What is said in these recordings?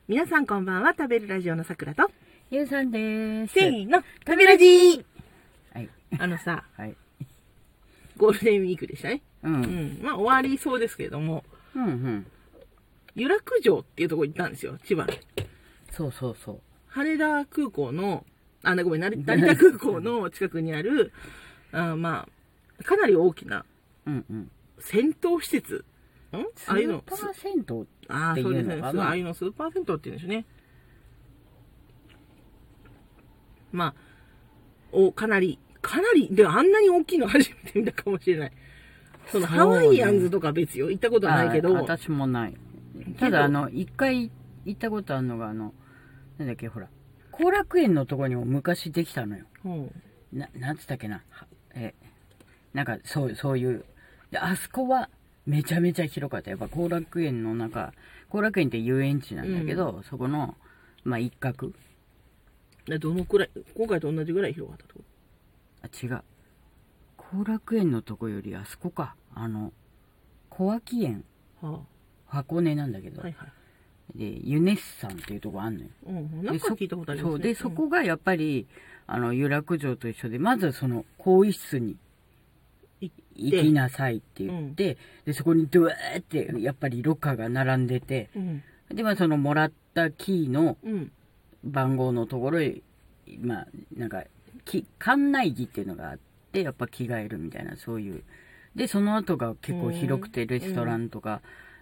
皆さんこんばんは。食べるラジオのさくらとゆうさんです。 せーの、食べラジー。 はい。 さ、 はい。 ゴールデンウィークでしたね。 うん。 まあ終わりそうですけれども、湯楽城っていうところ行ったんですよ、千葉の。 そうそうそう。 羽田空港の、成田空港の近くにある、まあ、かなり大きな、銭湯施設。 スーパー銭湯っていうのかな。 ああいうのスーパー銭湯って言うんですね。まあ、かなり、でもあんなに大きいの初めて見たかもしれない。ハワイアンズとか別よ。行ったことはないけど。 私もない。ただ一回行ったことあるのがなんだっけ、ほら、後楽園のとこにも昔できたのよ。なんつったっけな。なんかそういう。で、あそこはめちゃめちゃ広かった。やっぱ後楽園の中、後楽園って遊園地なんだけど、そこの、まあ一角。 どのくらい、今回と同じぐらい広かったとこ？ 違う。後楽園のとこよりあそこか。小涌園。箱根なんだけど。で、ユネッサンっていうとこあんのよ。 なんか聞いたことありますね。 そう。で、そこがやっぱり、湯楽城と一緒で、まずその、更衣室に行きなさいって言って、で、そこにドゥーって、やっぱりロッカーが並んでて、で、まあそのもらったキーの番号のところへ、まあ、なんか、館内着っていうのがあって、やっぱ着替えるみたいな、そういう。で、その後が結構広くて、レストランとか、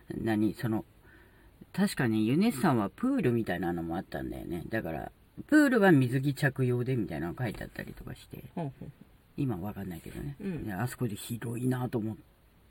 確かにユネッサンはプールみたいなのもあったんだよね。だから、プールは水着着用でみたいなの書いてあったりとかして、今わかんないけどね。あそこで広いなと思って、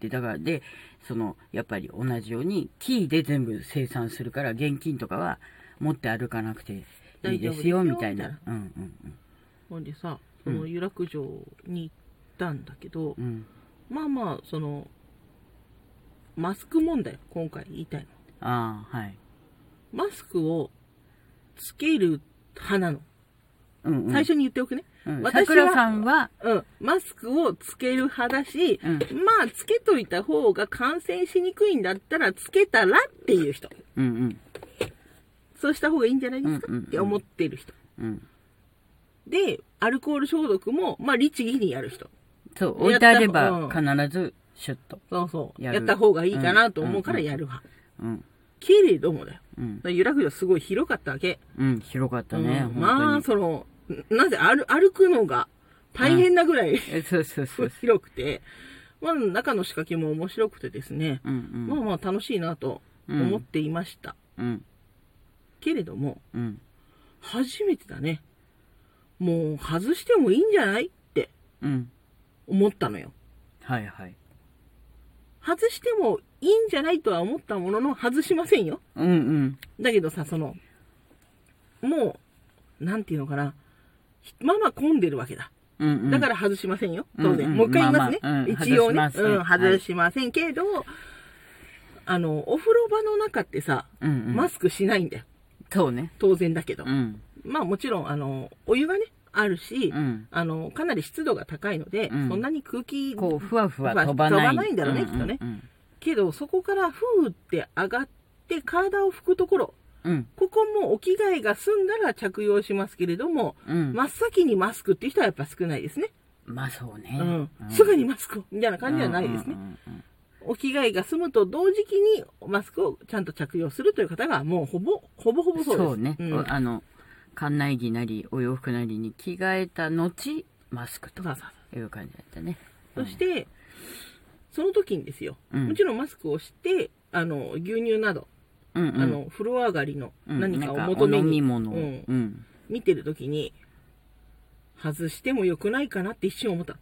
だから、で、やっぱり同じように、キーで全部生産するから、現金とかは持って歩かなくていいですよ、みたいな。 ほんでさ、湯楽城に行ったんだけど、まあまあ、マスク問題、今回言いたいの。 はい。 マスクをつける派なの。最初に言っておくね。 桜さんは、 マスクをつける派だし、まあ、つけといた方が感染しにくいんだったら、つけたらっていう人。そうした方がいいんじゃないですかって思ってる人。で、アルコール消毒も、まあ、律儀にやる人。 そう、置いてあれば必ずシュッと。 そうやった方がいいかなと思うからやる派。けれどもだよ。湯楽城すごい広かったわけ。 広かったね。 まあ、なぜ歩くのが大変なぐらい広くて、まあ、中の仕掛けも面白くてですね、まあまあ楽しいなと思っていました。けれども、初めてだね。もう外してもいいんじゃないって思ったのよ。 はいはい。 外してもいいんじゃないとは思ったものの外しませんよ。だけどさ、もう、なんていうのかな。まあまあ混んでるわけだ。だから外しませんよ。当然。もう一回言いますね。一応ね。外しませんけど、お風呂場の中ってさ、マスクしないんだよ。 そうね。 当然だけど。まあもちろん、お湯がね、あるし、かなり湿度が高いので、そんなに空気、 こう、ふわふわ飛ばないんだろうね、きっとね。けど、そこからふーって上がって体を拭くところ、ここもお着替えが済んだら着用しますけれども、真っ先にマスクっていう人はやっぱ少ないですね。 まあそうね。 すぐにマスクみたいな感じはないですね。お着替えが済むと同時期にマスクをちゃんと着用するという方がもうほぼそうです。 そうね。館内着なりお洋服なりに着替えた後、マスクという感じだったね。 そして、その時にですよ、もちろんマスクをして、牛乳など、風呂上がりの何かを求めに、見てる時に、外してもよくないかなって一瞬思った。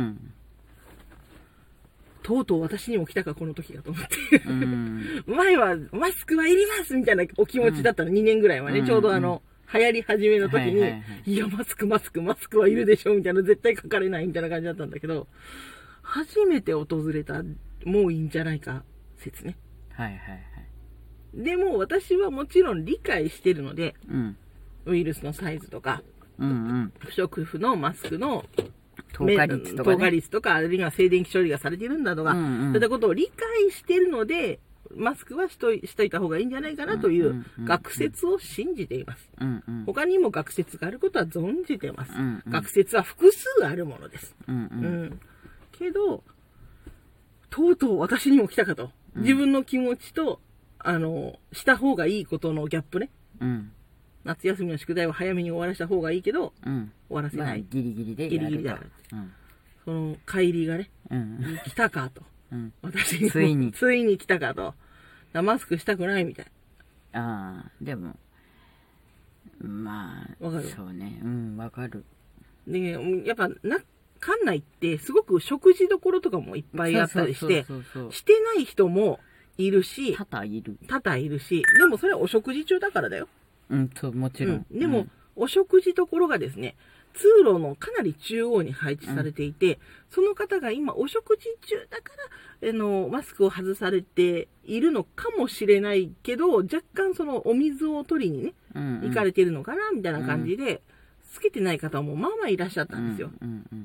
とうとう私にも来たか、この時がと思って。前は、マスクはいりますみたいなお気持ちだったの、2年ぐらいはね、ちょうど流行り始めの時に、いや、マスクはいるでしょみたいな、絶対書かれないみたいな感じだったんだけど、初めて訪れた、もういいんじゃないか、説ね。でも、私はもちろん理解してるので、ウイルスのサイズとか、不織布のマスクの透過率とか、 透過率とか、あるいは静電気処理がされているんだとか、そういったことを理解してるので、 マスクはしといた方がいいんじゃないかなという学説を信じています。他にも学説があることは存じてます。学説は複数あるものです。けど、とうとう私にも来たかと。自分の気持ちと、した方がいいことのギャップね。夏休みの宿題は早めに終わらせた方がいいけど、終わらせない。 ギリギリでギリギリだ。その帰りがね、来たかと。私についに来たかと。マスクしたくないみたい。 ああ、でも、まあ、 わかる。 そうね。わかる。 で、やっぱ、館内ってすごく食事どころとかもいっぱいあったりして、してない人もいるし、 多々いるし、でもそれはお食事中だからだよ。 そう、もちろん。 でも、お食事どころがですね、通路のかなり中央に配置されていて、その方が今お食事中だから、マスクを外されているのかもしれないけど、若干そのお水を取りにね、行かれているのかな、みたいな感じで、つけてない方もまあまあいらっしゃったんですよ。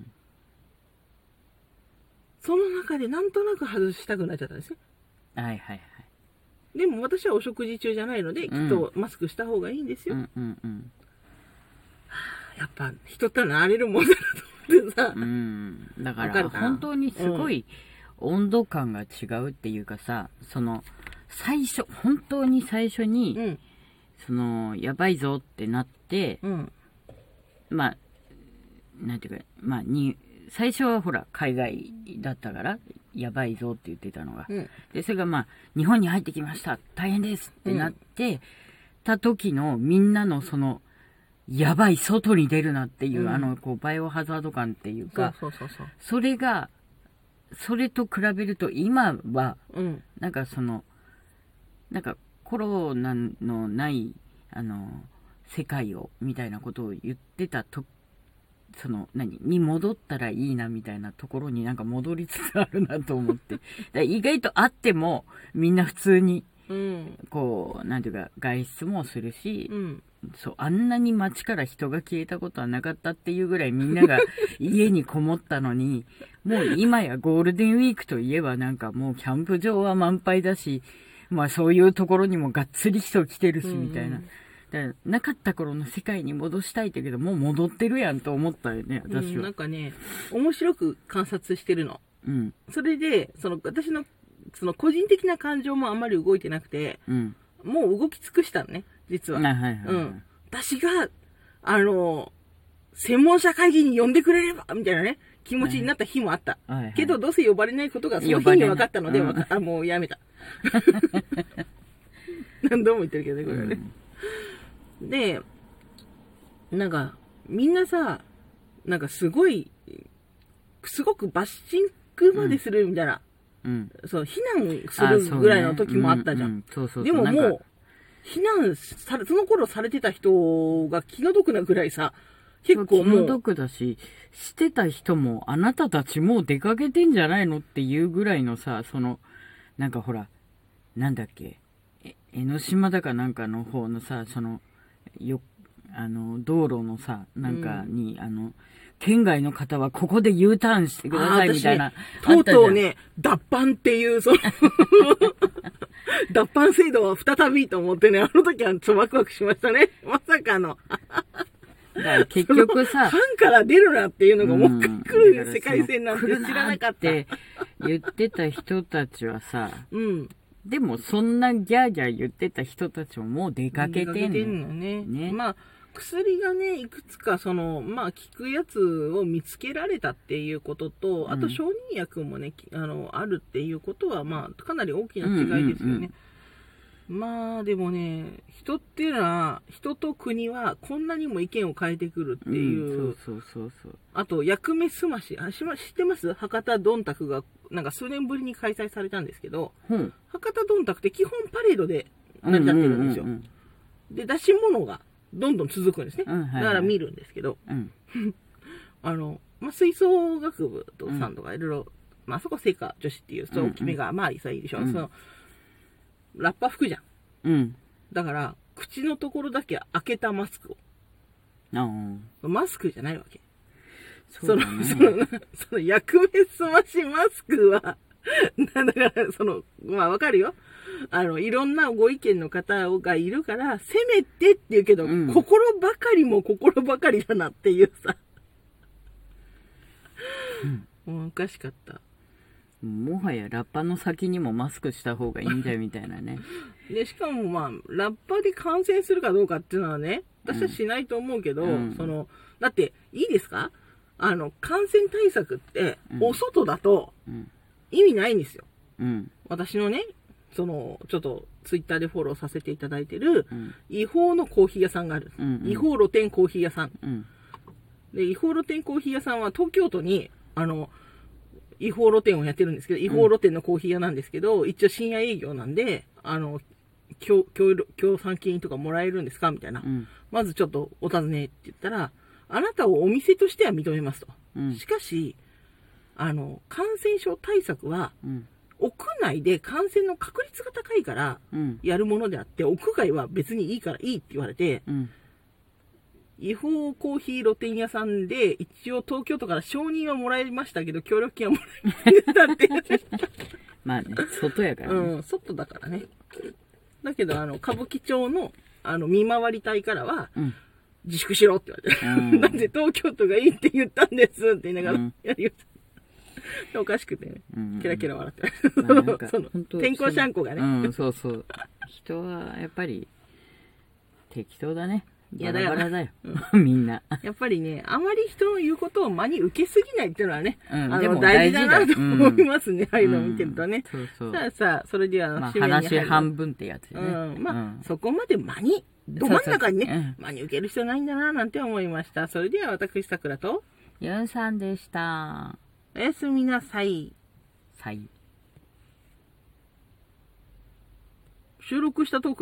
その中でなんとなく外したくなっちゃったんですね。でも私はお食事中じゃないので、きっとマスクした方がいいんですよ。やっぱ人って慣れるもんだなと思ってさ。 だから本当にすごい温度感が違うっていうかさ、本当に最初に、やばいぞってなって、まあ、なんていうか、最初はほら、海外だったから、やばいぞって言ってたのが。で、それが日本に入ってきました。大変ですってなって、た時のみんなのやばい、外に出るなっていう、バイオハザード感っていうか、それが、それと比べると、今は、なんかコロナのない、世界を、みたいなことを言ってたに戻ったらいいなみたいなところになんか戻りつつあるなと思って。意外とあっても、みんな普通に、なんていうか、外出もするし、あんなに街から人が消えたことはなかったっていうぐらいみんなが家にこもったのに、もう今やゴールデンウィークといえばなんかもうキャンプ場は満杯だし、そういうところにもがっつり人来てるし、みたいな。だからなかった頃の世界に戻したいってけど、もう戻ってるやんと思ったよね、私は。 なんかね、面白く観察してるの。それで、私の、個人的な感情もあんまり動いてなくて、もう動き尽くしたのね、実は。私が、専門者会議に呼んでくれれば、みたいなね、気持ちになった日もあった。けど、どうせ呼ばれないことがその日に分かったので、もうやめた。何度も言ってるけどね、これはね。で、なんか、みんなさ、なんかすごくバッシングまでするみたいな。そう、避難するぐらいの時もあったじゃん。でももう、避難その頃されてた人が気の毒なぐらいさ、結構もう。 気の毒だし、してた人も、あなたたちもう出かけてんじゃないのっていうぐらいのさ、なんかほら、なんだっけ、江ノ島だかなんかの方のさ、道路のさ、なんかに、県外の方はここで U ターンしてくださいみたいな。 とうとうね、脱藩っていう、脱藩制度は再びと思ってね、あの時はワクワクしましたね。まさかの。 だから結局さ、 ファンから出るなっていうのがもう一回来る世界線なんて知らなかった。って言ってた人たちはさ、でもそんなギャーギャー言ってた人たちももう出かけてんのね。薬がね、いくつか効くやつを見つけられたっていうことと、あと承認薬もね、あるっていうことは、かなり大きな違いですよね。でもね、人っていうのは、人と国はこんなにも意見を変えてくるっていう。あと、役目すまし。知ってます？博多どんたくが、なんか数年ぶりに開催されたんですけど、博多どんたくって基本パレードで成り立ってるんですよ。で、出し物がどんどん続くんですね。だから見るんですけど、吹奏楽部さんとかいろいろ、そこ聖火女子っていう、大きめが、いいでしょ。ラッパ吹くじゃん。だから、口のところだけ開けたマスクを。マスクじゃないわけ。その役目すましマスクは、 だから、まあわかるよ。いろんなご意見の方がいるから、せめてって言うけど、心ばかりも心ばかりだなっていうさ。もうおかしかった。 もはやラッパの先にもマスクした方がいいんだよみたいなね。 で、しかもまあ、ラッパで感染するかどうかっていうのはね、私はしないと思うけど、だって、いいですか？感染対策って、お外だと、意味ないんですよ。私のね、ちょっと、ツイッターでフォローさせていただいてる、違法のコーヒー屋さんがある。違法露店コーヒー屋さん。で、違法露店コーヒー屋さんは東京都に、違法露店をやってるんですけど、違法露店のコーヒー屋なんですけど、一応深夜営業なんで、協賛金とかもらえるんですかみたいな。まずちょっとお尋ねって言ったら、あなたをお店としては認めますと。しかし、感染症対策は、屋内で感染の確率が高いから、やるものであって、屋外は別にいいからいいって言われて、違法コーヒー露店屋さんで、一応東京都から承認はもらいましたけど、協力金はもらいませんでしたって。 まあね、外やからね。 外だからね。だけど、歌舞伎町の、見回り隊からは、自粛しろって言われて。なんで東京都がいいって言ったんですって言いながら、やりよおかしくてね、キラキラ笑って。天候シャンコがね。 そうそう。人はやっぱり、適当だね。バラバラだよ。みんな。 やっぱりね、あまり人の言うことを真に受けすぎないっていうのはね、大事だなと思いますね。ああいうのを見てるとね。さあ、それでは、 話半分ってやつね。 まあ、そこまで真に、ど真ん中にね、真に受ける必要ないんだな、なんて思いました。それでは私、さくらと、 ユンさんでした。 おやすみなさい。収録したトーク